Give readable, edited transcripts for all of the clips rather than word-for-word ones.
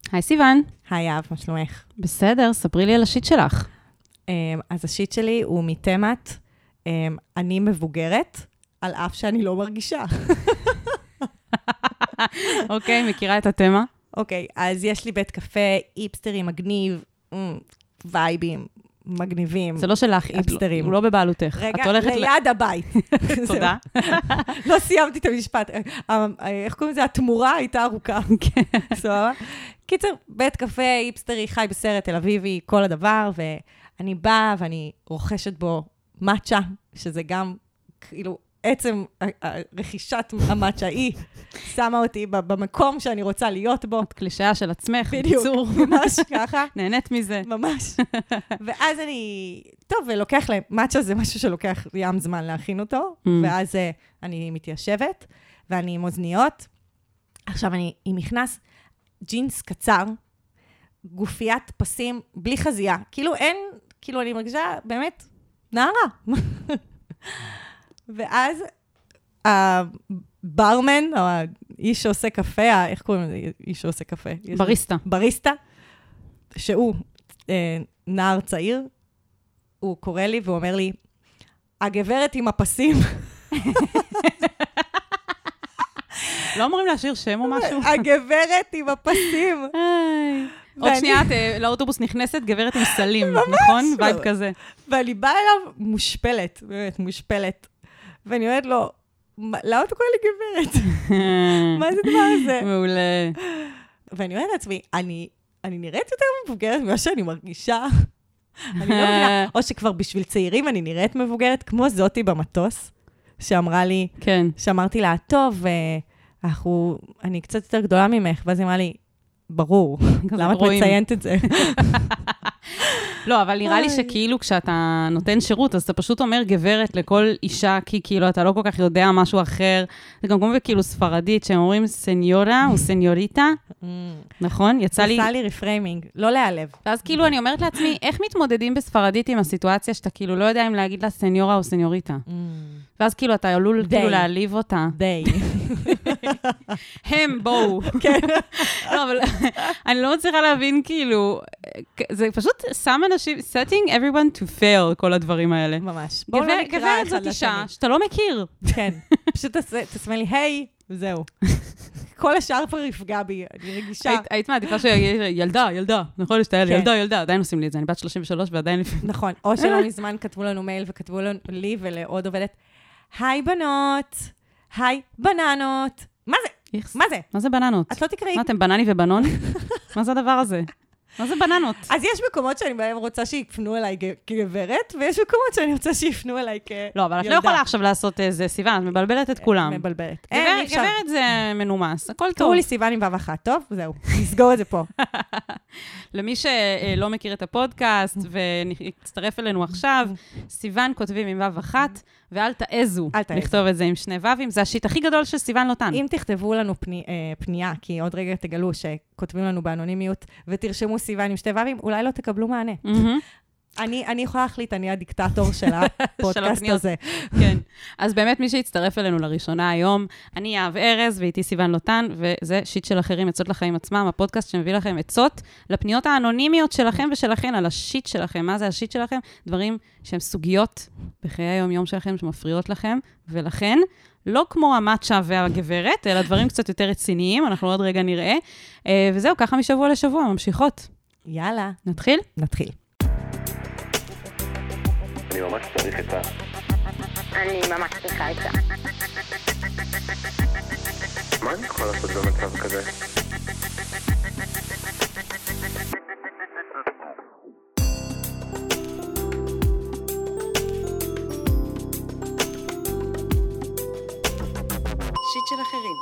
היי סיוון. היי אהב, מה שלומך? בסדר, ספרי לי על השיט שלך. אז השיט שלי הוא מתמת, אני מבוגרת, על אף שאני לא מרגישה. אוקיי, מכירה את התמה? אוקיי, אז יש לי בית קפה, היפסטרי מגניב, וייבים מגניבים. זה לא שלך, היפסטרים. הוא לא בבעלותך. רגע, ליד הבית. תודה. לא סיימתי את המשפט. איך קוראים לזה? התמורה הייתה ארוכה. סבבה? קיצר, בית קפה, היפסטרי, חי בסרט, תל אביבי, כל הדבר, ואני באה ואני רוכשת בו מאצ'ה, שזה גם, כאילו, עצם רכישת המאצ'ה היא, שמה אותי במקום שאני רוצה להיות בו. את קלישאה של עצמך, בדיוק, בקיצור. ממש ככה. נהנית מזה. ממש. ואז אני, טוב, ולוקח להם, מאצ'ה זה משהו שלוקח ים זמן להכין אותו, ואז אני מתיישבת, ואני עם אוזניות. עכשיו אני עם מכנס ג'ינס קצר, גופיית פסים, בלי חזייה. כאילו אין, כאילו אני מרגישה באמת נערה. ואז הברמן, או האיש שעושה קפה, איך קוראים לזה? איש שעושה קפה. בריסטה. בריסטה, שהוא נער צעיר, הוא קורא לי והוא אומר לי, הגברת עם הפסים. לא אמורים להשאיר שם או משהו? הגברת עם הפסים. עוד שנייה, לאוטובוס נכנסת, גברת עם סלים, נכון? וייב כזה. ואני באה אליו מושפלת, באמת מושפלת. ואני אומרת לו, למה אתה קורא לי גברת? מה זה דבר הזה? מעולה. ואני אומרת לעצמי, אני נראית יותר מבוגרת ממה שאני מרגישה. אני לא מבינה, או שכבר בשביל צעירים אני נראית מבוגרת, כמו זאתי במטוס, שאמרה לי, שאמרתי לה, טוב, אני קצת יותר גדולה ממך, ואז היא אמרה לי, ברור, למה את מציינת את זה? לא, אבל נראה לי שכאילו כשאתה נותן שירות, אז אתה פשוט אומר גברת לכל אישה, כי כאילו אתה לא כל כך יודע משהו אחר. זה גם כמו בכאילו ספרדית, שהם אומרים סניורה או סניוריטה, נכון? יצא לי רפריימינג, לא להיעלב. ואז כאילו אני אומרת לעצמי, איך מתמודדים בספרדית עם הסיטואציה שאתה כאילו לא יודע אם להגיד לה סניורה או סניוריטה? ואז כאילו אתה עלול כאילו להעליב אותה. די. הם, בואו. כן. לא, אבל אני לא מצליחה להבין כאילו, זה פשוט שם אנשים, setting everyone to fail, כל הדברים האלה. ממש. גברת זאת אישה שאתה לא מכיר. כן. פשוט תשמע לי, היי, וזהו. כל השאר כבר יפגע בי, אני רגישה. היית מעדיפה שילדה, נכון? ילדה, עדיין עושים לי את זה, אני בת 33 ועדיין לפעמים. נכון, או שלא מזמן כתבו לנו מייל וכתבו לי ולעוד עובדת, היי בנות, היי בננות. מה זה? מה זה? מה זה בננות? את לא תקראי. מה אתם, בנני ובנון? מה זה הדבר הזה? מה זה בננות? אז יש מקומות שאני בהם רוצה שיפנו אליי כגברת, ויש מקומות שאני רוצה שיפנו אליי כילדה. לא, אבל את לא יכולה עכשיו לעשות איזה סיוון, את מבלבלת את כולם. מבלבלת. גברת זה מנומס, הכל טוב. קראו לי סיוון עם וו אחת, טוב? זהו, נסגור את זה פה. למי שלא מכיר את הפודקאסט והצטרף אלינו עכשיו, סיוון כותבים עם וו אחת, ואל תעזו לכתוב את זה עם שני וווים, זה השיט הכי גדול של סיוון לוטן. אם תכתבו לנו פנייה, כי עוד רגע תגלו שכותבים לנו באנונימיות, ותרשמו סיוון עם שתי וווים, אולי לא תקבלו מענה. אני יכולה להחליט, אני הדיקטטור של הפודקאסט הזה. כן. אז באמת מי שהצטרף אלינו לראשונה היום, אני אהב ארז ואיתי סיוון לוטן, וזה שיט של אחרים, עצות לחיים עצמם, הפודקאסט שמביא לכם עצות לפניות האנונימיות שלכם ושלכם, על השיט שלכם. מה זה השיט שלכם? דברים שהם סוגיות בחיי היום-יום שלכם שמפריעות לכם, ולכן לא כמו המאצ'ה והגברת, אלא דברים קצת יותר רציניים, אנחנו עוד רגע נראה. וזהו, ככה משבוע לשבוע, ממשיכות. יאללה. נתחיל? נתחיל. אני ממש צריך את אני ממש צריכה את זה. מה אני יכול לעשות במצב כזה? שיט של אחרים.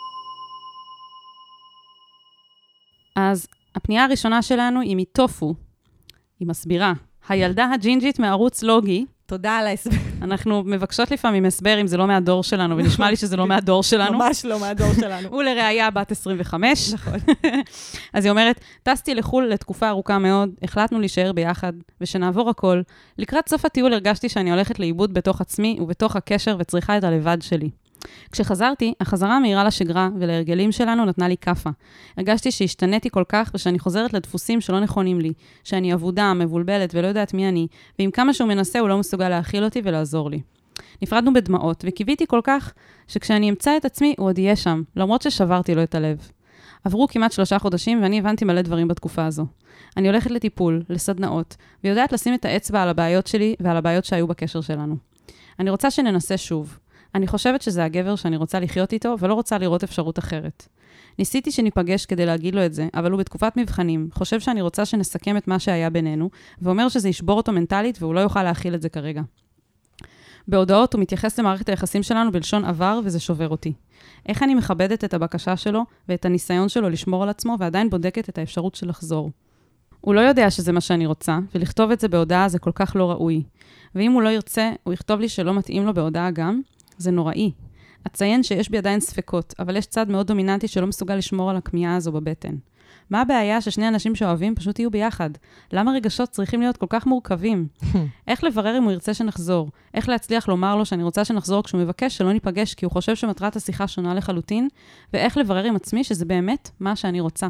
אז הפנייה הראשונה שלנו היא מטופו. היא מסבירה. הילדה הג'ינג'ית מערוץ לוגי. תודה על ההסבר. אנחנו מבקשות לפעמים הסבר אם זה לא מהדור שלנו, ונשמע לי שזה לא מהדור שלנו. ממש לא מהדור שלנו. ולראיה בת 25. נכון. אז היא אומרת, טסתי לחול לתקופה ארוכה מאוד, החלטנו להישאר ביחד, ושנעבור הכל. לקראת סוף הטיול הרגשתי שאני הולכת לאיבוד בתוך עצמי ובתוך הקשר וצריכה את הלבד שלי. כשחזרתי, החזרה המהירה לשגרה ולהרגלים שלנו נתנה לי קפה. הרגשתי שהשתניתי כל כך ושאני חוזרת לדפוסים שלא נכונים לי, שאני עבודה, מבולבלת ולא יודעת מי אני, ועם כמה שהוא מנסה הוא לא מסוגל להכיל אותי ולעזור לי. נפרדנו בדמעות וקיוויתי כל כך שכשאני אמצא את עצמי הוא עוד יהיה שם, למרות ששברתי לו את הלב. עברו כמעט 3 חודשים ואני הבנתי מלא דברים בתקופה הזו. אני הולכת לטיפול, לסדנאות, ויודעת לשים את האצבע על הבעיות שלי ועל הבעיות שהיו בקשר שלנו. אני רוצה שננסה שוב. אני חושבת שזה הגבר שאני רוצה לחיות איתו, ולא רוצה לראות אפשרות אחרת. ניסיתי שניפגש כדי להגיד לו את זה, אבל הוא בתקופת מבחנים, חושב שאני רוצה שנסכם את מה שהיה בינינו, ואומר שזה ישבור אותו מנטלית, והוא לא יוכל להכיל את זה כרגע. בהודעות הוא מתייחס למערכת היחסים שלנו בלשון עבר, וזה שובר אותי. איך אני מכבדת את הבקשה שלו, ואת הניסיון שלו לשמור על עצמו, ועדיין בודקת את האפשרות של לחזור. הוא לא יודע שזה מה שאני רוצה, ולכתוב את זה בהודעה זה כל כך לא ראוי. ואם הוא לא ירצה, הוא יכתוב לי שלא מתאים לו בהודעה גם, זה נוראי. אציין שיש בי עדיין ספקות, אבל יש צד מאוד דומיננטי שלא מסוגל לשמור על הכמיהה הזו בבטן. מה הבעיה ששני אנשים שאוהבים פשוט יהיו ביחד? למה רגשות צריכים להיות כל כך מורכבים? איך לברר אם הוא ירצה שנחזור? איך להצליח לומר לו שאני רוצה שנחזור כשהוא מבקש שלא ניפגש כי הוא חושב שמטרת השיחה שונה לחלוטין? ואיך לברר עם עצמי שזה באמת מה שאני רוצה?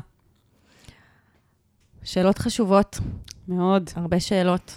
שאלות חשובות. מאוד. הרבה שאלות.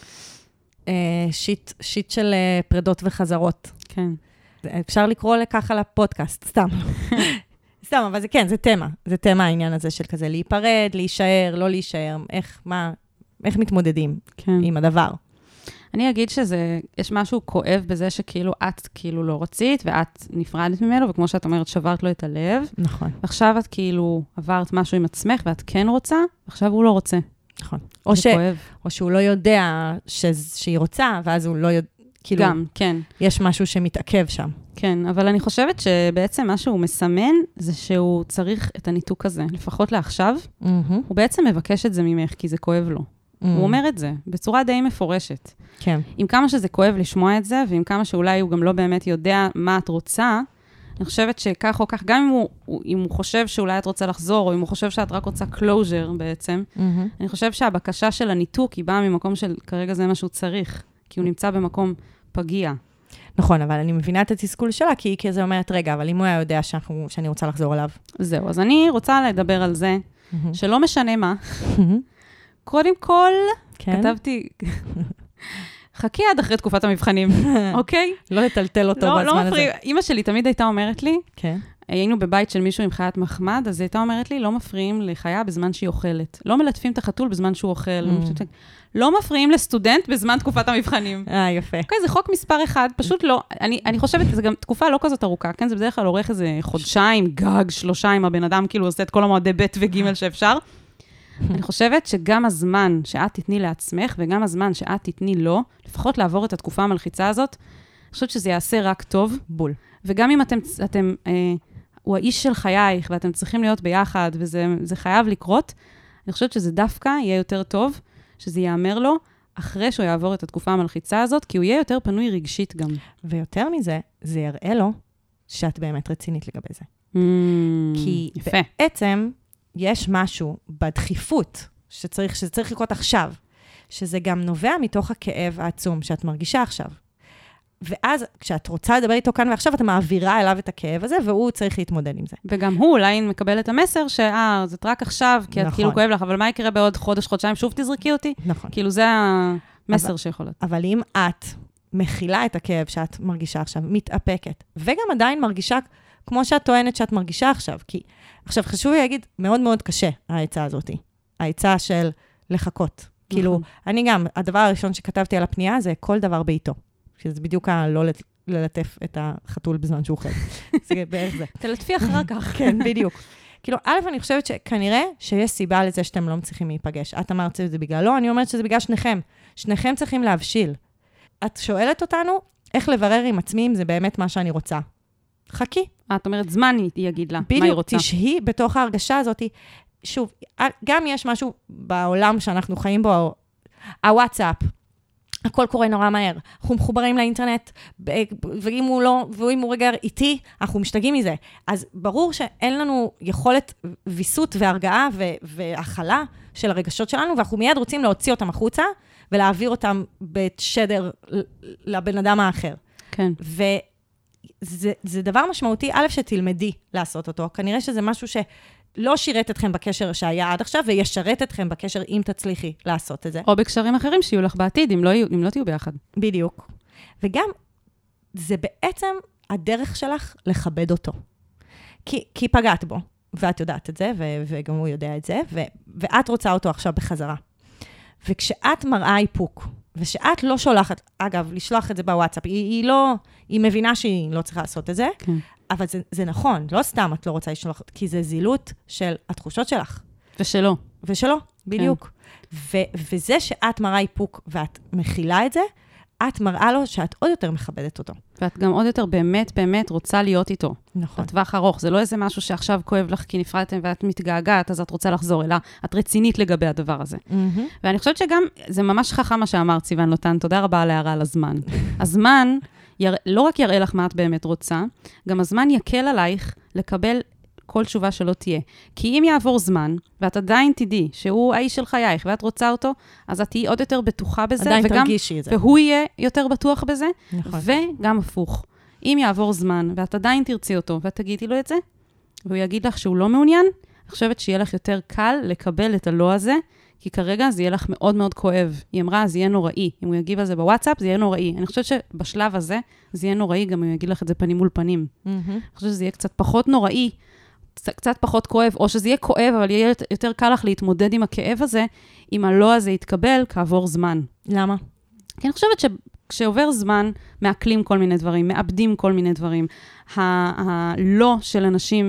שיט של פרדות וחזרות. כן. אפשר לקרוא לכך על הפודקאסט, סתם. סתם, אבל זה כן, זה תמה. זה תמה העניין הזה של כזה להיפרד, להישאר, לא להישאר, איך מתמודדים עם הדבר. אני אגיד יש משהו כואב בזה שכאילו את כאילו לא רצית, ואת נפרדת ממנו, וכמו שאת אומרת, שברת לו את הלב. נכון. עכשיו את כאילו עברת משהו עם עצמך, ואת כן רוצה, ועכשיו הוא לא רוצה. נכון. או שהוא לא יודע שהיא רוצה, ואז הוא לא יודע, כאילו, גם, כן. יש משהו שמתעכב שם. כן, אבל אני חושבת שבעצם מה שהוא מסמן, זה שהוא צריך את הניתוק הזה, לפחות לעכשיו. הוא בעצם מבקש את זה ממך, כי זה כואב לו. הוא אומר את זה, בצורה די מפורשת. כן. עם כמה שזה כואב לשמוע את זה, ועם כמה שאולי הוא גם לא באמת יודע מה את רוצה, אני חושבת שכך או כך, גם אם הוא חושב שאולי את רוצה לחזור, או אם הוא חושב שאת רק רוצה closure בעצם, אני חושב שהבקשה של הניתוק היא באה ממקום של כרגע זה מה שהוא צריך, כי הוא נמצא במקום פגיע. נכון, אבל אני מבינה את התסכול שלה, כי היא כזה אומרת, רגע, אבל אם הוא היה יודע שאני רוצה לחזור אליו. זהו, אז אני רוצה לדבר על זה, שלא משנה מה. קודם כל, כתבתי, חכי עד אחרי תקופת המבחנים, אוקיי? לא לטלטל אותו בזמן הזה. לא מפריע. אמא שלי תמיד הייתה אומרת לי, כן. היינו בבית של מישהו עם חיית מחמד, אז היא הייתה אומרת לי, לא מפריעים לחיה בזמן שהיא אוכלת. לא מלטפים את החתול בזמן שהוא אוכל. לא מפריעים לסטודנט בזמן תקופת המבחנים. יפה. אוקיי, זה חוק מספר 1, פשוט לא. אני חושבת, זו גם תקופה לא כזאת ארוכה, כן? זה בדרך כלל אורך איזה חודשיים, גג, 3, אם הבן אדם כאילו עושה את כל המועדי ב' וג' שאפשר. אני חושבת שגם הזמן שאת תתני לעצמך, וגם הזמן שאת תתני לו, לפחות לעבור את התקופה המלחיצה הזאת, אני חושבת שזה יעשה רק טוב. בול. וגם אם הוא האיש של חייך, ואתם צריכים להיות ביחד, וזה חייב לקרות, אני חושבת שזה דווקא יהיה יותר טוב, שזה יאמר לו, אחרי שהוא יעבור את התקופה המלחיצה הזאת, כי הוא יהיה יותר פנוי רגשית גם. ויותר מזה, זה יראה לו שאת באמת רצינית לגבי זה. כי יפה. בעצם יש משהו בדחיפות שצריך לקרות עכשיו, שזה גם נובע מתוך הכאב העצום שאת מרגישה עכשיו. ואז כשאת רוצה לדבר איתו כאן ועכשיו, אתה מעבירה אליו את הכאב הזה, והוא צריך להתמודד עם זה. וגם הוא אולי מקבל את המסר זאת רק עכשיו, כי את כאילו כואב לך, אבל מה יקרה בעוד חודש, חודשיים, שוב תזרקי אותי? נכון. כאילו זה המסר שיכול להיות. אבל אם את מכילה את הכאב שאת מרגישה עכשיו, מתאפקת, וגם עדיין מרגישה כמו שאת טוענת שאת מרגישה עכשיו, כי עכשיו חשוב לי להגיד, מאוד מאוד קשה, העצה הזאת. העצה של לחכות. כאילו, אני גם, הדבר הראשון שכתבתי על הפנייה זה כל דבר בעיתו. שזה בדיוק לא ללטף את החתול בזמן שהוא אוכל. זה בערך זה. תלטפי אחר כך. כן, בדיוק. כאילו, א', אני חושבת שכנראה שיש סיבה לזה שאתם לא מצליחים להיפגש. את אמרת שזה בגלל לא, אני אומרת שזה בגלל שניכם. שניכם צריכים להבשיל. את שואלת אותנו איך לברר עם עצמי אם זה באמת מה שאני רוצה. חכי. את אומרת, זמן היא יגיד לה, מה היא רוצה. בדיוק, תשהי בתוך ההרגשה הזאת. שוב, גם יש משהו בעולם שאנחנו חיים בו, הוואטסאפ, הכל קורה נורא מהר. אנחנו מחוברים לאינטרנט, ואם הוא רגע איתי, אנחנו משתגעים מזה. אז ברור שאין לנו יכולת ויסות והרגעה והכלה של הרגשות שלנו, ואנחנו מיד רוצים להוציא אותם החוצה, ולהעביר אותם בשדר לבן אדם האחר. כן. זה דבר משמעותי, א', שתלמדי לעשות אותו. כנראה שזה משהו שלא שירת אתכם בקשר שהיה עד עכשיו, וישרת אתכם בקשר אם תצליחי לעשות את זה. או בקשרים אחרים שיהיו לך בעתיד, אם לא תהיו ביחד. בדיוק. וגם, זה בעצם הדרך שלך לכבד אותו. כי פגעת בו, ואת יודעת את זה, וגם הוא יודע את זה, ואת רוצה אותו עכשיו בחזרה. וכשאת מראה איפוק, ושאת לא שולחת, אגב, לשלוח את זה בוואטסאפ, היא מבינה שהיא לא צריכה לעשות את זה, כן. אבל זה נכון, לא סתם את לא רוצה לשלוח, כי זה זילות של התחושות שלך. ושלו. בדיוק. וזה שאת מראה איפוק, ואת מכילה את זה, את מראה לו שאת עוד יותר מכבדת אותו. ואת גם עוד יותר באמת רוצה להיות איתו. נכון. לטווח ארוך. זה לא איזה משהו שעכשיו כואב לך כי נפרדתם ואת מתגעגעת, אז את רוצה לחזור, אלא את רצינית לגבי הדבר הזה. ואני חושבת שגם, זה ממש חכם מה שאמרת, סיוון לוטן, תודה רבה על ההערה על הזמן. הזמן לא רק יראה לך מה את באמת רוצה, גם הזמן יקל עלייך לקבל כל תשובה שלא תהיה. כי אם יעבור זמן, ואת עדיין תדעי שהוא האיש של חייך, ואת רוצה אותו, אז את תהיי עוד יותר בטוחה בזה. עדיין תרגישי את זה. והוא יהיה יותר בטוח בזה, נכון. וגם הפוך. אם יעבור זמן, ואת עדיין תרצי אותו, ואת תגידי לו את זה, והוא יגיד לך שהוא לא מעוניין, אני חושבת שיהיה לך יותר קל לקבל את הלא הזה, כי כרגע זה יהיה לך מאוד מאוד כואב. היא אמרה, זה יהיה נוראי. אם הוא יגיב על זה בוואטסאפ, זה יהיה נוראי. אני חושבת שבשלב הזה, זה יהיה נוראי, גם אם הוא יגיד לך את זה פנים מול פנים. אני חושבת שזה יהיה קצת פחות נוראי, קצת פחות כואב, או שזה יהיה כואב, אבל יהיה יותר קל לך להתמודד עם הכאב הזה, אם הלא הזה יתקבל כעבור זמן. למה? כי אני חושבת שכשעובר זמן, מעכלים כל מיני דברים, מאבדים כל מיני דברים. הלא של אנשים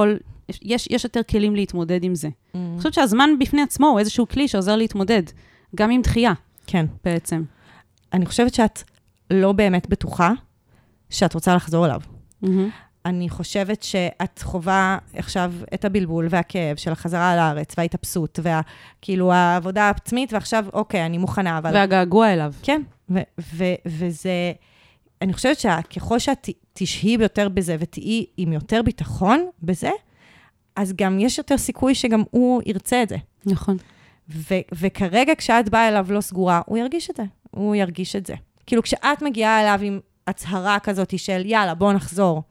יש יותר כלים להתמודד עם זה. אני חושבת שהזמן בפני עצמו הוא איזשהו כלי שעוזר להתמודד, גם עם דחייה. כן. בעצם. אני חושבת שאת לא באמת בטוחה שאת רוצה לחזור אליו. אני חושבת שאת חובה עכשיו את הבלבול והכאב של החזרה לארץ, וההתאפסות, וכאילו העבודה העצמית, ועכשיו, אוקיי, אני מוכנה, אבל... והגעגוע אליו. כן, וזה... אני חושבת שככל שאת תשהי ביותר בזה, ותהיי עם יותר ביטחון בזה, אז גם יש יותר סיכוי שגם הוא ירצה את זה. נכון. וכרגע כשאת באה אליו לא סגורה, הוא ירגיש את זה. הוא ירגיש את זה. כאילו כשאת מגיעה אליו עם הצהרה כזאת של יאללה, בוא נחזור,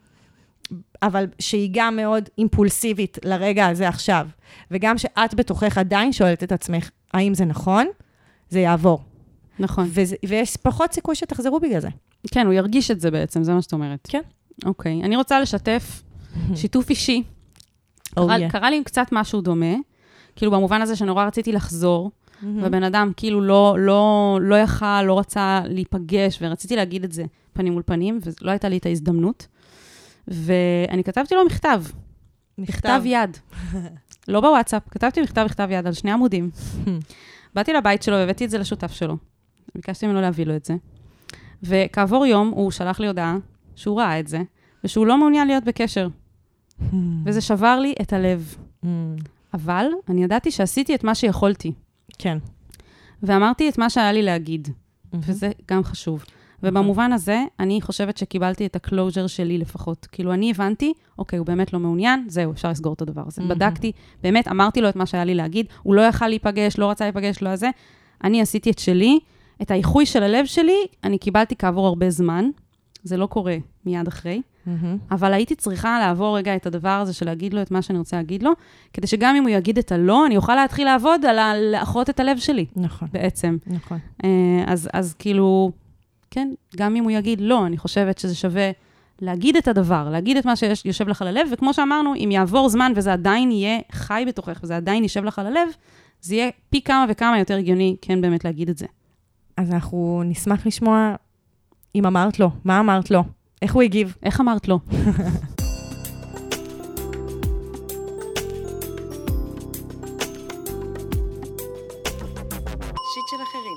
אבל שהיא גם מאוד אימפולסיבית לרגע הזה עכשיו, וגם שאת בתוכך עדיין שואלת את עצמך, האם זה נכון? זה יעבור. נכון. ויש פחות סיכוי שתחזרו בגלל זה. כן, הוא ירגיש את זה בעצם, זה מה שאת אומרת. כן. אוקיי, אני רוצה לשתף שיתוף אישי. קרה לי קצת משהו דומה, כאילו במובן הזה שנורא רציתי לחזור, ובן אדם כאילו לא יכל, לא רצה להיפגש, ורציתי להגיד את זה פנים מול פנים, ולא הייתה לי את ההזדמנות. ואני כתבתי לו מכתב. מכתב יד. לא בוואטסאפ, כתבתי מכתב יד על 2 עמודים. באתי לבית שלו, והבאתי את זה לשותף שלו. ביקשתי ממנו להביא לו את זה. וכעבור יום הוא שלח לי הודעה שהוא ראה את זה, ושהוא לא מעוניין להיות בקשר. וזה שבר לי את הלב. אבל אני ידעתי שעשיתי את מה שיכולתי. כן. ואמרתי את מה שהיה לי להגיד. וזה גם חשוב. ובמובן הזה, אני חושבת שקיבלתי את הקלוז'ר שלי לפחות. כאילו, אני הבנתי, אוקיי, הוא באמת לא מעוניין, זהו, אפשר לסגור את הדבר הזה. בדקתי, באמת, אמרתי לו את מה שהיה לי להגיד, הוא לא יכל להיפגש, לא רצה להיפגש, לא הזה. אני עשיתי את שלי, את האיחוי של הלב שלי, אני קיבלתי כעבור הרבה זמן, זה לא קורה מיד אחרי, אבל הייתי צריכה לעבור רגע את הדבר הזה של להגיד לו את מה שאני רוצה להגיד לו, כדי שגם אם הוא יגיד את הלא, אני אוכל להתחיל לעבוד על לאחות את הלב שלי. נכון. בעצם. נכון. אז כאילו, כן, גם אם הוא יגיד לא, אני חושבת שזה שווה להגיד את הדבר, להגיד את מה שיושב לך ללב, וכמו שאמרנו, אם יעבור זמן וזה עדיין יהיה חי בתוכך, וזה עדיין יישב לך ללב, זה יהיה פי כמה וכמה יותר הגיוני, כן באמת להגיד את זה. אז אנחנו נשמח לשמוע אם אמרת לו, מה אמרת לו? איך הוא הגיב? איך אמרת לו? שיט של אחרים.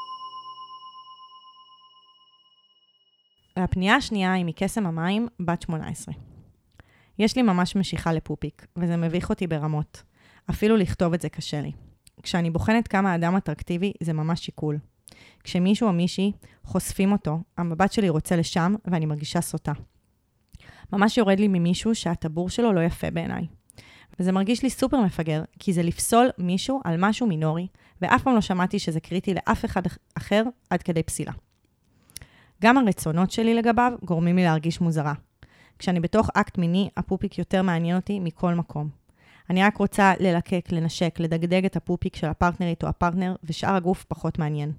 הפנייה השנייה היא מקסם המים, בת 18. יש לי ממש משיכה לפופיק, וזה מביך אותי ברמות. אפילו לכתוב את זה קשה לי. כשאני בוחנת כמה אדם אטרקטיבי, זה ממש שיקול. כשמישהו או מישהי חושפים אותו, המבט שלי רוצה לשם, ואני מרגישה סוטה. ממש יורד לי ממישהו שהטבור שלו לא יפה בעיניי. וזה מרגיש לי סופר מפגר, כי זה לפסול מישהו על משהו מינורי, ואף פעם לא שמעתי שזה קריטי לאף אחד אחר עד כדי פסילה. גם הרצונות שלי לגביו גורמים לי להרגיש מוזרה. כשאני בתוך אקט מיני, הפופיק יותר מעניין אותי מכל מקום. אני רק רוצה ללקק, לנשק, לדגדג את הפופיק של הפרטנרית או הפרטנר, ושאר הגוף פחות מעניין.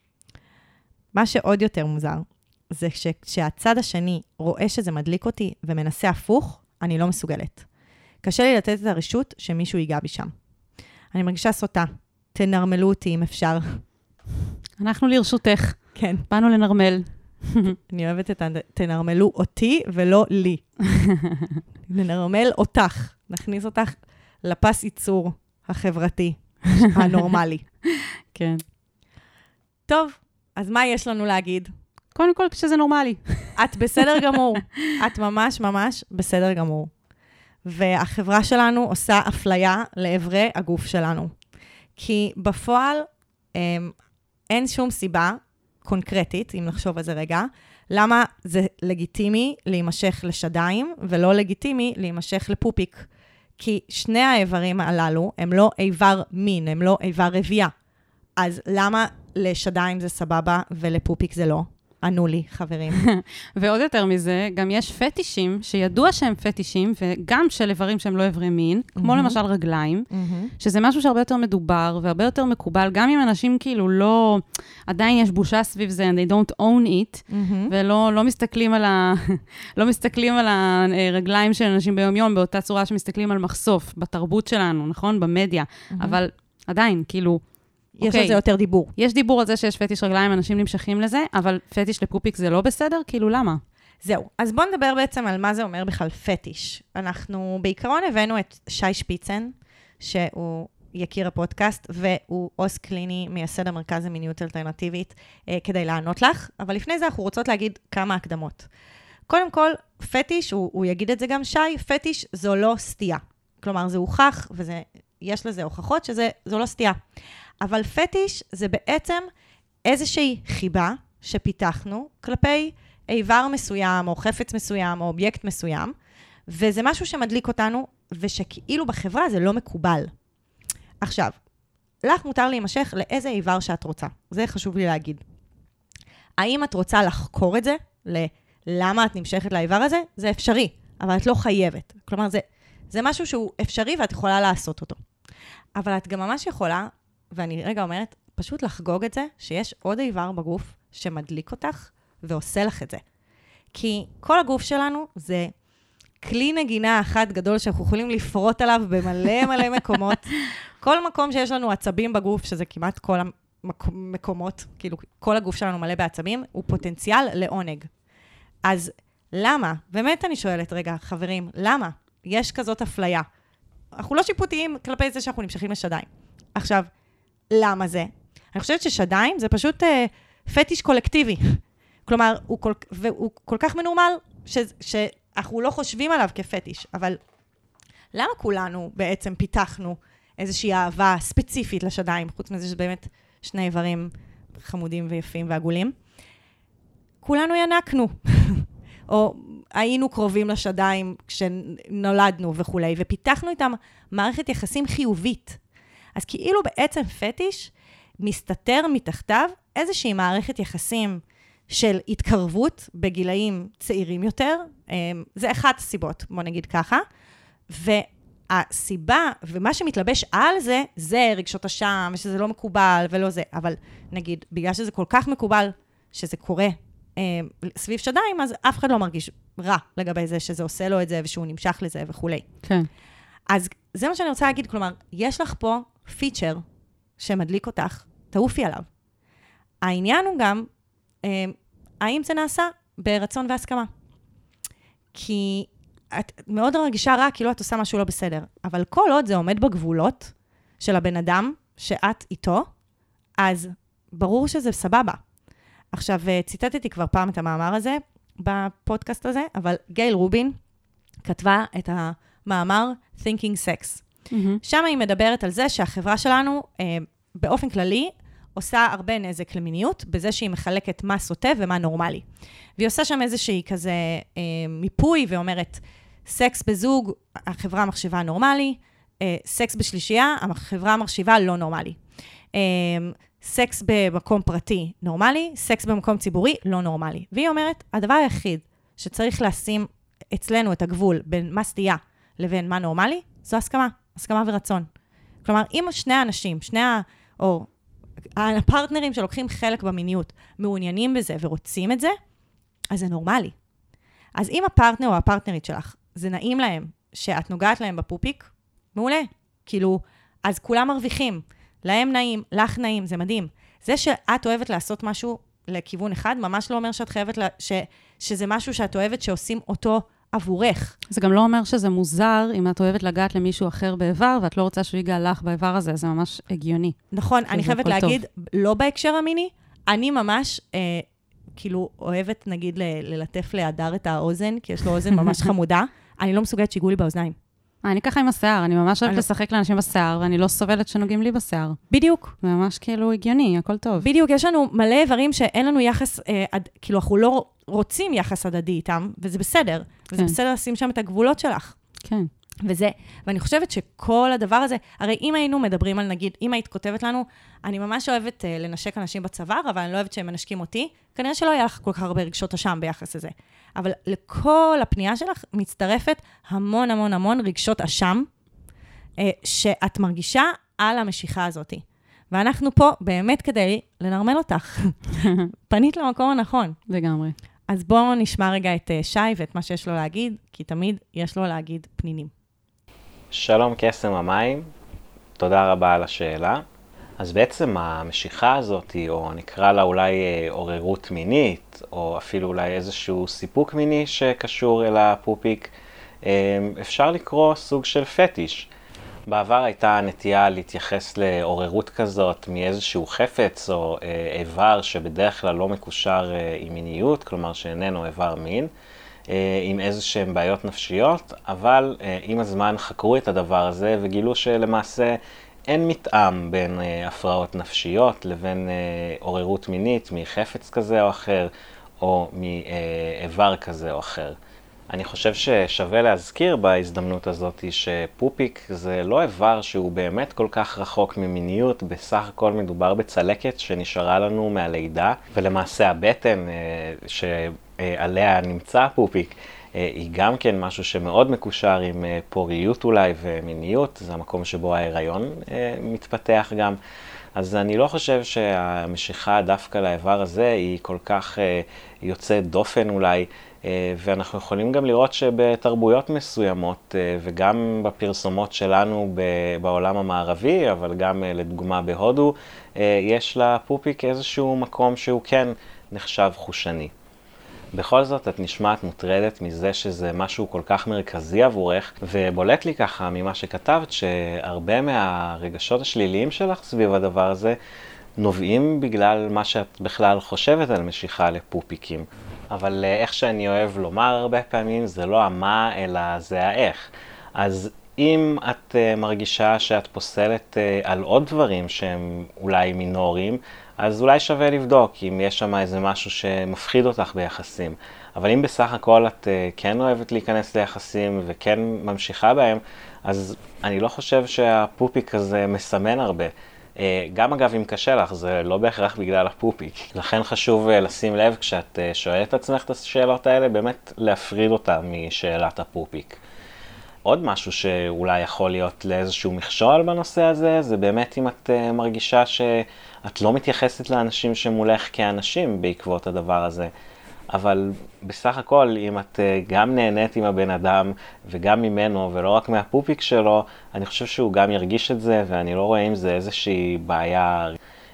מה שעוד יותר מוזר, זה שכשהצד השני רואה שזה מדליק אותי ומנסה הפוך, אני לא מסוגלת. קשה לי לתת את הרשות שמישהו ייגע בי שם. אני מרגישה סוטה. תנרמלו אותי אם אפשר. אנחנו לרשותך. כן. באנו לנרמל. אני אוהבת את תנרמלו אותי ולא לי. ננרמל אותך. נכניס אותך לפס ייצור החברתי, הנורמלי. כן. טוב, אז מה יש לנו להגיד? קודם כל, כשזה נורמלי. את בסדר גמור. את ממש ממש בסדר גמור. והחברה שלנו עושה אפליה לעברי הגוף שלנו. כי בפועל אין שום סיבה קונקרטית, אם נחשוב על זה רגע, למה זה לגיטימי להימשך לשדיים, ולא לגיטימי להימשך לפופיק. כי שני האיברים הללו הם לא איבר מין, הם לא איבר רבייה. אז למה לשדיים זה סבבה ולפופיק זה לא? ענו לי, חברים. ועוד יותר מזה, גם יש פטישים, שידוע שהם פטישים, וגם של איברים שהם לא איברי מין, כמו למשל רגליים, שזה משהו שהרבה יותר מדובר, והרבה יותר מקובל, גם אם אנשים כאילו לא, עדיין יש בושה סביב זה, and they don't own it, ולא מסתכלים לא מסתכלים על הרגליים של אנשים ביום-יום, באותה צורה שמסתכלים על מחשוף, בתרבות שלנו, נכון? במדיה. אבל עדיין, כאילו, יש על זה יותר דיבור. יש דיבור על זה שיש פטיש רגליים, אנשים נמשכים לזה, אבל פטיש לפופיק זה לא בסדר? כאילו, למה? זהו. אז בואו נדבר בעצם על מה זה אומר בכלל פטיש. אנחנו בעיקרון הבאנו את שי שפיצן, שהוא יכיר הפודקאסט, והוא עוס קליני, מייסד המרכז למיניות אלטרנטיבית, כדי לענות לך, אבל לפני זה אנחנו רוצות להגיד כמה הקדמות. קודם כל, פטיש, הוא יגיד את זה גם שי, פטיש זו לא סטייה. כלומר, זה הוכח, ויש לזה הוכחות שזו לא סטייה. אבל פטיש זה בעצם איזושהי חיבה שפיתחנו כלפי איבר מסוים, או חפץ מסוים, או אובייקט מסוים, וזה משהו שמדליק אותנו, ושכאילו בחברה זה לא מקובל. עכשיו, לך מותר להימשך לאיזה איבר שאת רוצה. זה חשוב לי להגיד. האם את רוצה לחקור את זה? למה את נמשכת לאיבר הזה? זה אפשרי, אבל את לא חייבת. כלומר, זה משהו שהוא אפשרי ואת יכולה לעשות אותו. אבל את גם ממש יכולה, ואני רגע אומרת, פשוט לחגוג את זה, שיש עוד איבר בגוף שמדליק אותך ועושה לך את זה. כי כל הגוף שלנו זה כלי נגינה אחד גדול שאנחנו יכולים לפרוט עליו במלא מלא מקומות. כל מקום שיש לנו עצבים בגוף, שזה כמעט כל המקומות, כאילו כל הגוף שלנו מלא בעצבים, הוא פוטנציאל לעונג. אז למה? באמת אני שואלת רגע, חברים, למה? יש כזאת אפליה. אנחנו לא שיפוטיים כלפי זה שאנחנו נמשכים לשדיים. עכשיו, למה זה? אני חושבת ששדיים זה פשוט פטיש קולקטיבי. כלומר, הוא כל כך מנורמל שאנחנו לא חושבים עליו כפטיש. אבל למה כולנו בעצם פיתחנו איזושהי אהבה ספציפית לשדיים, חוץ מזה שבאמת שני איברים חמודים ויפים ועגולים? כולנו ינקנו. או היינו קרובים לשדיים כשנולדנו וכו', ופיתחנו איתם מערכת יחסים חיובית. אז כאילו בעצם פטיש מסתתר מתחתיו איזושהי מערכת יחסים של התקרבות בגילאים צעירים יותר. זה אחת הסיבות, בוא נגיד ככה. והסיבה, ומה שמתלבש על זה, זה רגשות אשם, ושזה לא מקובל ולא זה. אבל נגיד, בגלל שזה כל כך מקובל שזה קורה סביב שדיים, אז אף אחד לא מרגיש רע לגבי זה, שזה עושה לו את זה, ושהוא נמשך לזה וכו'. כן. אז זה מה שאני רוצה להגיד, כלומר, יש לך פה פיצ'ר שמדליק אותך, תעופי עליו. העניין הוא גם, האם זה נעשה ברצון והסכמה. כי את מאוד רגישה רע, כאילו את עושה משהו לא בסדר. אבל כל עוד זה עומד בגבולות של הבן אדם שאת איתו, אז ברור שזה סבבה. עכשיו, ציטטתי כבר פעם את המאמר הזה, בפודקאסט הזה, אבל גייל רובין כתבה את המאמר Thinking Sex. שם היא מדברת על זה שהחברה שלנו, באופן כללי, עושה הרבה נזק למיניות, בזה שהיא מחלקת מה סוטה ומה נורמלי. והיא עושה שם איזושהי כזה מיפוי, ואומרת, סקס בזוג, החברה מחשיבה נורמלי, סקס בשלישייה, החברה מחשיבה לא נורמלי. סקס במקום פרטי נורמלי, סקס במקום ציבורי לא נורמלי. והיא אומרת, הדבר היחיד שצריך לשים אצלנו את הגבול בין מה סטייה לבין מה נורמלי, זו הסכמה ורצון. כלומר, אם שני האנשים, או הפרטנרים שלוקחים חלק במיניות, מעוניינים בזה ורוצים את זה, אז זה נורמלי. אז אם הפרטנר או הפרטנרית שלך, זה נעים להם שאת נוגעת להם בפופיק, מעולה. כאילו, אז כולם מרוויחים. להם נעים, לך נעים, זה מדהים. זה שאת אוהבת לעשות משהו לכיוון אחד, ממש לא אומר שאת חייבת, שזה משהו שאת אוהבת שעושים אותו עבורך. זה גם לא אומר שזה מוזר אם את אוהבת לגעת למישהו אחר באיבר, ואת לא רוצה שהוא ייגע לך באיבר הזה, זה ממש הגיוני. נכון, אני חייבת להגיד, לא בהקשר המיני, אני ממש, כאילו, אוהבת, נגיד, ללטף להדר את האוזן, כי יש לו אוזן ממש חמודה, אני לא מסוגלת שיגעו לי באוזניים. אני ככה עם השיער, אני ממש אוהבת לשחק לאנשים בשיער, ואני לא סובלת שנוגעים לי בשיער. בדיוק. זה ממש כאילו הגיוני, הכל טוב. בדיוק, יש לנו מלא איברים שאין לנו יחס, כאילו אנחנו לא רוצים יחס הדדי איתם, וזה בסדר. וזה בסדר לשים שם את הגבולות שלך. כן. ואני חושבת שכל הדבר הזה, הרי אם היינו מדברים על, נגיד, אם היית כותבת לנו, אני ממש אוהבת לנשק אנשים בצוואר, אבל אני לא אוהבת שהם מנשקים אותי, כנראה שלא היה לך כל כך הרבה רגשות אשם ביחס לזה. אבל לכל הפנייה שלך מצטרפת המון המון המון רגשות אשם, שאת מרגישה על המשיכה הזאת. ואנחנו פה באמת כדי לנרמל אותך. פנית למקום הנכון. לגמרי. אז בואו נשמע רגע את שי ואת מה שיש לו להגיד, כי תמיד יש לו להגיד פנינים. שלום קסם המים, תודה רבה על השאלה. אז בעצם המשיכה הזאת, או נקרא לה אולי עוררות מינית, או אפילו אולי איזשהו סיפוק מיני שקשור אל הפופיק, אפשר לקרוא סוג של פטיש. בעבר הייתה נטייה להתייחס לעוררות כזאת מאיזשהו חפץ או איבר שבדרך כלל לא מקושר עם מיניות, כלומר שאיננו איבר מין, עם איזשהם בעיות נפשיות, אבל עם הזמן חקרו את הדבר הזה וגילו שלמעשה אין מתאם בין הפרעות נפשיות לבין עוררות מינית מחפץ כזה או אחר, או מאיבר כזה או אחר. אני חושב ששווה להזכיר בהזדמנות הזאת שפופיק זה לא איבר שהוא באמת כל כך רחוק ממיניות, בסך הכל מדובר בצלקת שנשארה לנו מהלידה, ולמעשה הבטן שעליה נמצא הפופיק היא גם כן משהו שמאוד מקושר עם פוריות אולי ומיניות, זה המקום שבו ההיריון מתפתח גם. אז אני לא חושב שהמשיכה דווקא לאיבר הזה היא כל כך יוצאת דופן אולי, ואנחנו יכולים גם לראות שבתרבויות מסוימות וגם בפרסומות שלנו בעולם המערבי, אבל גם לדוגמה בהודו, יש לפופיק איזשהו מקום שהוא כן נחשב חושני. בכל זאת את נשמעת מוטרדת מזה שזה משהו כל כך מרכזי עבורך, ובולט לי ככה ממה שכתבת שהרבה מהרגשות השליליים שלך סביב הדבר הזה נובעים בגלל מה שאת בכלל חושבת על משיכה לפופיקים. אבל איך שאני אוהב לומר הרבה פעמים זה לא המה אלא זה האיך. אז אם את מרגישה שאת פוסלת על עוד דברים שהם אולי מינוריים, אז אולי שווה לבדוק אם יש שם איזה משהו שמפחיד אותך ביחסים. אבל אם בסך הכל את כן אוהבת להיכנס ליחסים וכן ממשיכה בהם, אז אני לא חושב שהפופיק הזה מסמן הרבה. גם אגב אם קשה לך, זה לא בהכרח בגלל הפופיק. לכן חשוב לשים לב כשאת שואלת את עצמך את השאלות האלה, באמת להפריד אותה משאלת הפופיק. עוד משהו שאולי יכול להיות לאיזשהו מכשול בנושא הזה, זה באמת אם את מרגישה שאת לא מתייחסת לאנשים שמולך כאנשים בעקבות הדבר הזה. אבל בסך הכל, אם את גם נהנית עם הבן אדם וגם ממנו ולא רק מהפופיק שלו, אני חושב שהוא גם ירגיש את זה ואני לא רואה אם זה איזושהי בעיה.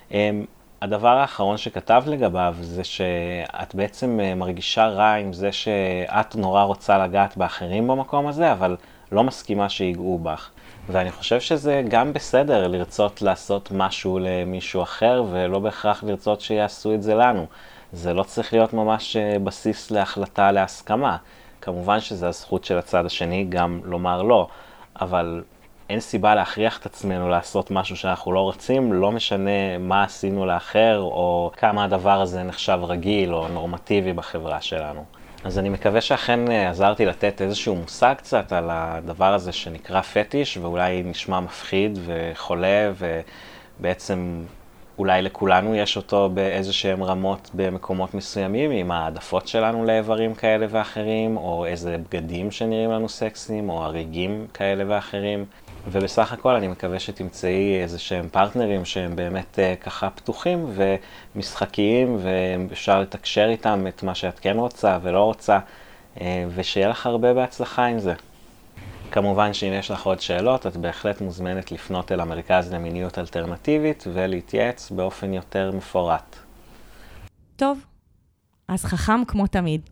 הדבר האחרון שכתב לגביו זה שאת בעצם מרגישה רע עם זה שאת נורא רוצה לגעת באחרים במקום הזה, אבל לא מסכימה שיגעו בך. ואני חושב שזה גם בסדר לרצות לעשות משהו למישהו אחר ולא בהכרח לרצות שיעשו את זה לנו. זה לא צריך להיות ממש בסיס להחלטה להסכמה. כמובן שזה הזכות של הצד השני גם לומר לא, אבל אין סיבה להכריח את עצמנו לעשות משהו שאנחנו לא רוצים, לא משנה מה עשינו לאחר או כמה הדבר הזה נחשב רגיל או נורמטיבי בחברה שלנו. אז אני מקווה שאכן עזרתי לתת איזשהו מושג קצת על הדבר הזה שנקרא פטיש, ואולי נשמע מפחיד וחולה ובעצם אולי לכולנו יש אותו באיזשהם רמות במקומות מסוימים, עם העדפות שלנו לאיברים כאלה ואחרים, או איזה בגדים שנראים לנו סקסיים, או הריגים כאלה ואחרים. ובסך הכל אני מקווה שתמצאי איזשהם פרטנרים שהם באמת ככה פתוחים ומשחקיים, ואפשר לתקשר איתם את מה שאת כן רוצה ולא רוצה, ושיהיה לך הרבה בהצלחה עם זה. כמובן שאם יש לך עוד שאלות, את בהחלט מוזמנת לפנות אל המרכז למיניות אלטרנטיבית ולהתייעץ באופן יותר מפורט. טוב, אז חכם כמו תמיד.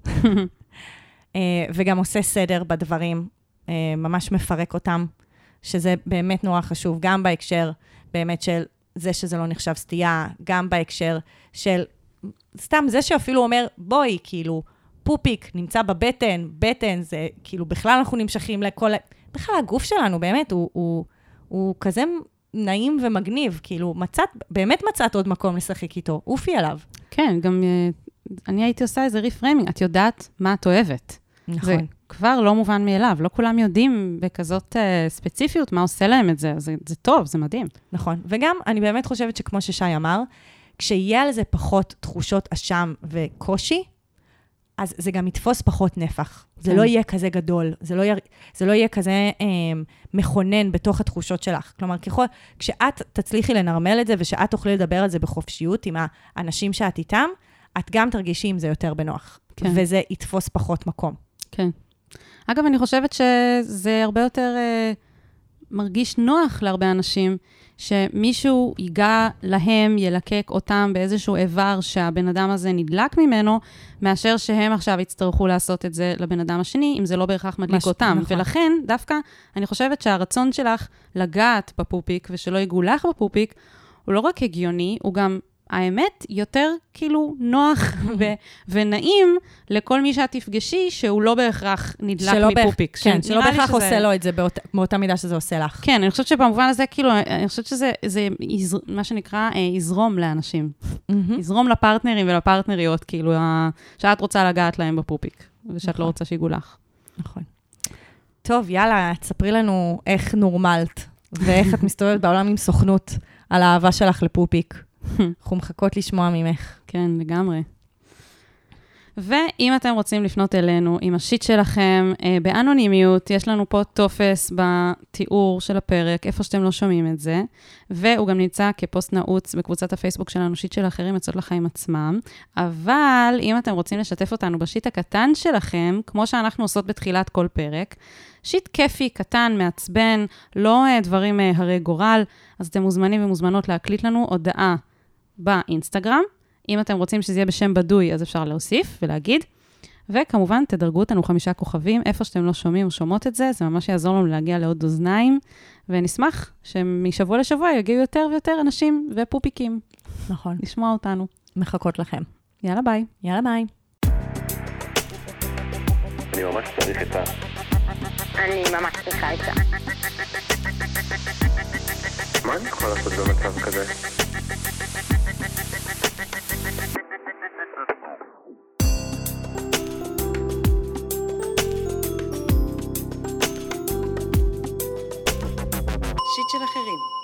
וגם עושה סדר בדברים, ממש מפרק אותם, שזה באמת נורא חשוב, גם בהקשר באמת של זה שזה לא נחשב סטייה, גם בהקשר של סתם זה שאפילו אומר, בואי, כאילו, פופיק נמצא בבטן, בטן זה כאילו בכלל אנחנו נמשכים לכל, בכלל הגוף שלנו באמת הוא כזה נעים ומגניב, כאילו באמת מצאת עוד מקום לשחק איתו, אופי עליו. כן, גם אני הייתי עושה איזה ריפריימינג, את יודעת מה את אוהבת. נכון. זה כבר לא מובן מאליו, לא כולם יודעים בכזאת ספציפיות מה עושה להם את זה, זה טוב, זה מדהים. נכון, וגם אני באמת חושבת שכמו ששי אמר, כשיהיה על זה פחות תחושות אשם וקושי, אז זה גם יתפוס פחות נפח. זה לא יהיה כזה גדול, זה לא יהיה כזה מכונן בתוך התחושות שלך. כלומר, כשאת תצליחי לנרמל את זה, ושאת תוכלי לדבר על זה בחופשיות עם האנשים שאת איתם, את גם תרגישי עם זה יותר בנוח. כן. וזה יתפוס פחות מקום. כן. אגב, אני חושבת שזה הרבה יותר מרגיש נוח להרבה אנשים, שמישהו ייגע להם, ילקק אותם באיזשהו איבר שהבן אדם הזה נדלק ממנו, מאשר שהם עכשיו יצטרכו לעשות את זה לבן אדם השני, אם זה לא בהכרח מדליק אותם. נכון. ולכן, דווקא, אני חושבת שהרצון שלך לגעת בפופיק, ושלא ייגעו לך בפופיק, הוא לא רק הגיוני, הוא גם, האמת, יותר כאילו נוח ונעים לכל מי שאת תפגשי, שהוא לא בהכרח נדלק מפופיק. כן, שלא בהכרח עושה לו את זה באותה מידה שזה עושה לך. כן, אני חושבת שבמובן הזה, כאילו, אני חושבת שזה מה שנקרא, יזרום לאנשים. יזרום לפרטנרים ולפרטנריות, כאילו, שאת רוצה לגעת להם בפופיק, ושאת לא רוצה שיגעו לך. נכון. טוב, יאללה, תספרי לנו איך נורמלת, ואיך את מסתובבת בעולם עם סוכנות על האהבה שלך לפופיק. אנחנו מחכות לשמוע ממך. כן, לגמרי. ואם אתם רוצים לפנות אלינו עם השיט שלכם באנונימיות, יש לנו פה טופס בתיאור של הפרק, איפה שאתם לא שומעים את זה, והוא גם נמצא כפוסט נעוץ בקבוצת הפייסבוק שלנו, שיט של אחרים יוצאות לחיים עצמם. אבל אם אתם רוצים לשתף אותנו בשיט הקטן שלכם, כמו שאנחנו עושות בתחילת כל פרק, שיט כיפי, קטן, מעצבן, לא דברים הרי גורל, אז אתם מוזמנים ומוזמנות להקליט לנו הודעה באינסטגרם. אם אתם רוצים שזה יהיה בשם בדוי, אז אפשר להוסיף ולהגיד. וכמובן, תדרגו אותנו 5 כוכבים, איפה שאתם לא שומעים או שומעות את זה, זה ממש יעזור לנו להגיע לעוד אוזניים, ונשמח שמשבוע לשבוע יגיעו יותר ויותר אנשים ופופיקים. נכון. לשמוע אותנו. מחכות לכם. יאללה ביי. יאללה ביי. אני ממש צריך את אני ממש צריכה את זה. מה אני יכול לעשות במצב כזה? שיט של אחרים.